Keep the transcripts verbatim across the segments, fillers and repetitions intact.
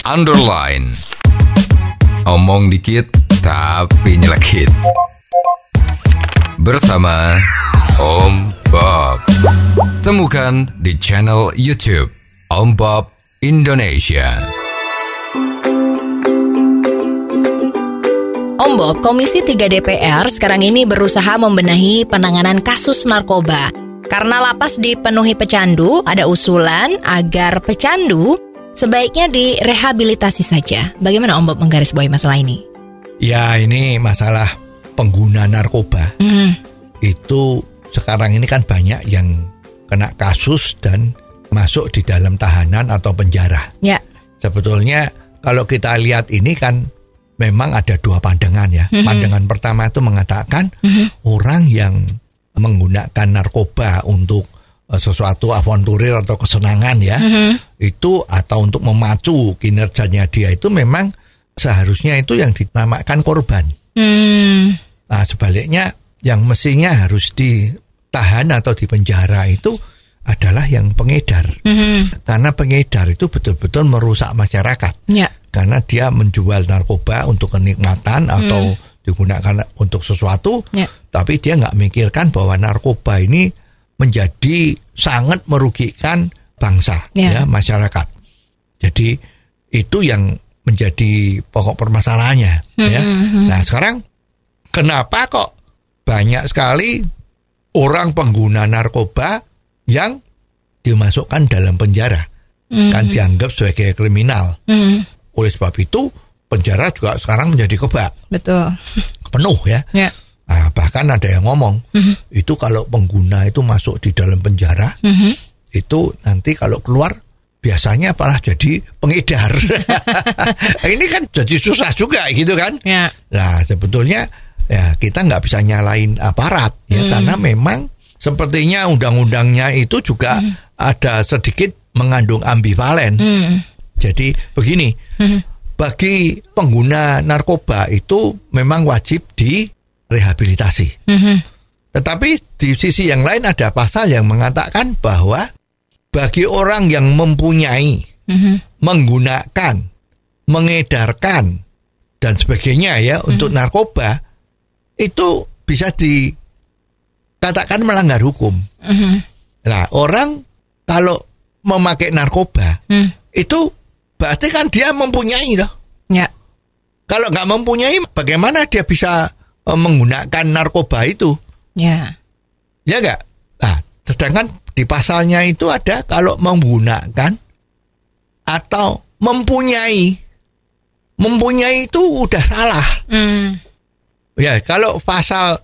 underline. Omong dikit tapi nyelekit. Bersama Om Bob. Temukan di channel YouTube Om Bob Indonesia. Om Bob, Komisi tiga D P R sekarang ini berusaha membenahi penanganan kasus narkoba. Karena lapas dipenuhi pecandu, ada usulan agar pecandu sebaiknya direhabilitasi saja. Bagaimana Om Bob menggarisbawahi masalah ini? Ya, ini masalah pengguna narkoba. Mm. Itu sekarang ini kan banyak yang kena kasus dan masuk di dalam tahanan atau penjara. Ya. Sebetulnya kalau kita lihat ini kan memang ada dua pandangan ya. Mm-hmm. Pandangan pertama itu mengatakan mm-hmm. orang yang menggunakan narkoba untuk uh, sesuatu avanturir atau kesenangan ya, mm-hmm. itu atau untuk memacu kinerjanya dia itu memang seharusnya itu yang dinamakan korban. Mm. Nah, sebaliknya yang mestinya harus ditahan atau dipenjara itu adalah yang pengedar. Mm-hmm. Karena pengedar itu betul-betul merusak masyarakat. Yeah. Karena dia menjual narkoba untuk kenikmatan atau mm. digunakan untuk sesuatu, yeah. tapi dia nggak mikirkan bahwa narkoba ini menjadi sangat merugikan bangsa, yeah. ya masyarakat. Jadi itu yang menjadi pokok permasalahannya. Mm-hmm. Ya. Nah sekarang kenapa kok banyak sekali orang pengguna narkoba yang dimasukkan dalam penjara, mm-hmm. kan dianggap sebagai kriminal. Mm-hmm. Oleh sebab itu penjara juga sekarang menjadi kebak. Betul. Penuh ya. Ya. Nah, bahkan ada yang ngomong mm-hmm. itu kalau pengguna itu masuk di dalam penjara, mm-hmm. itu nanti kalau keluar biasanya malah jadi pengedar. Ini kan jadi susah juga gitu kan. Ya. Nah sebetulnya ya kita nggak bisa nyalain aparat ya mm. karena memang sepertinya undang-undangnya itu juga mm. ada sedikit mengandung ambivalen. Mm. Jadi begini, mm. bagi pengguna narkoba itu memang wajib direhabilitasi. Mm-hmm. Tetapi di sisi yang lain ada pasal yang mengatakan bahwa bagi orang yang mempunyai, mm-hmm. menggunakan, mengedarkan dan sebagainya ya mm-hmm. untuk narkoba itu bisa dikatakan melanggar hukum. Mm-hmm. Nah, orang kalau memakai narkoba mm. itu berarti kan dia mempunyai loh. Ya. Kalau nggak mempunyai, bagaimana dia bisa uh, menggunakan narkoba itu? Ya. Ya nggak? Nah, sedangkan di pasalnya itu ada kalau menggunakan atau mempunyai. Mempunyai itu udah salah. Mm. Ya, kalau pasal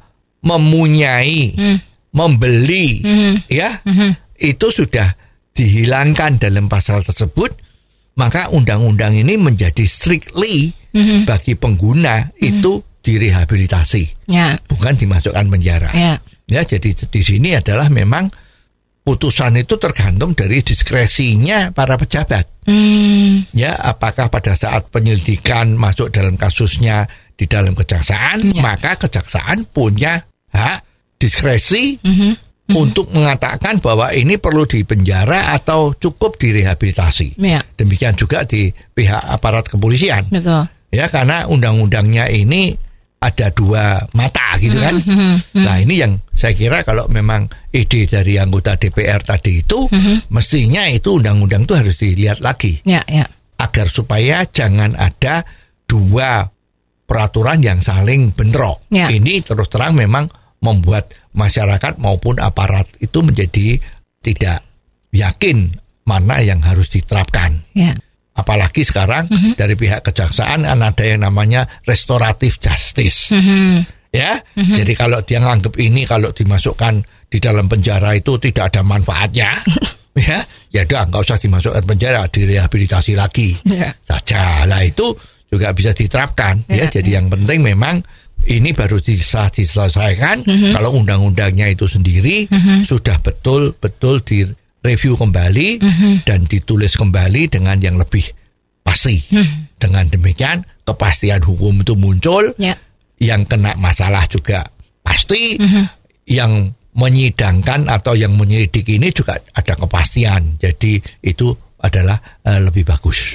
mempunyai, mm. membeli, mm. ya, mm-hmm. itu sudah dihilangkan dalam pasal tersebut, maka undang-undang ini menjadi strictly mm-hmm. bagi pengguna mm-hmm. itu direhabilitasi, ya. Bukan dimasukkan penjara. Ya. Ya, jadi di sini adalah memang putusan itu tergantung dari diskresinya para pejabat. Mm. Ya, apakah pada saat penyelidikan masuk dalam kasusnya di dalam kejaksaan, ya. Maka kejaksaan punya hak diskresi mm-hmm. untuk mengatakan bahwa ini perlu dipenjara atau cukup direhabilitasi. Ya. Demikian juga di pihak aparat kepolisian. Betul. Ya, karena undang-undangnya ini ada dua mata gitu kan. Mm-hmm. Nah, ini yang saya kira kalau memang ide dari anggota D P R tadi itu mm-hmm. mestinya itu undang-undang itu harus dilihat lagi. Ya, ya. Agar supaya jangan ada dua peraturan yang saling bentrok. Ya. Ini terus terang memang membuat masyarakat maupun aparat itu menjadi tidak yakin mana yang harus diterapkan. Ya. Apalagi sekarang mm-hmm. dari pihak kejaksaan ada yang namanya restoratif justice. Mm-hmm. Ya, mm-hmm. jadi kalau dia nganggap ini kalau dimasukkan di dalam penjara itu tidak ada manfaatnya, ya, ya udah nggak usah dimasukkan penjara, direhabilitasi lagi yeah. saja. Lah itu juga bisa diterapkan. Yeah, ya, jadi yeah. yang penting memang ini baru bisa diselesaikan mm-hmm. kalau undang-undangnya itu sendiri mm-hmm. sudah betul-betul direview kembali mm-hmm. dan ditulis kembali dengan yang lebih pasti. Mm-hmm. Dengan demikian kepastian hukum itu muncul, yeah. yang kena masalah juga pasti, mm-hmm. yang menyidangkan atau yang menyelidik ini juga ada kepastian. Jadi itu adalah uh, lebih bagus.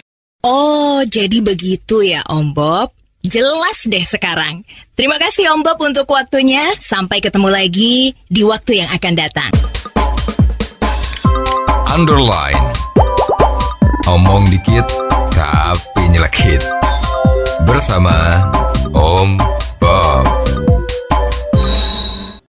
Oh, jadi begitu ya Om Bob. Jelas deh sekarang. Terima kasih Om Bob untuk waktunya. Sampai ketemu lagi di waktu yang akan datang. Underline. Omong dikit tapi nyelekit. Bersama Om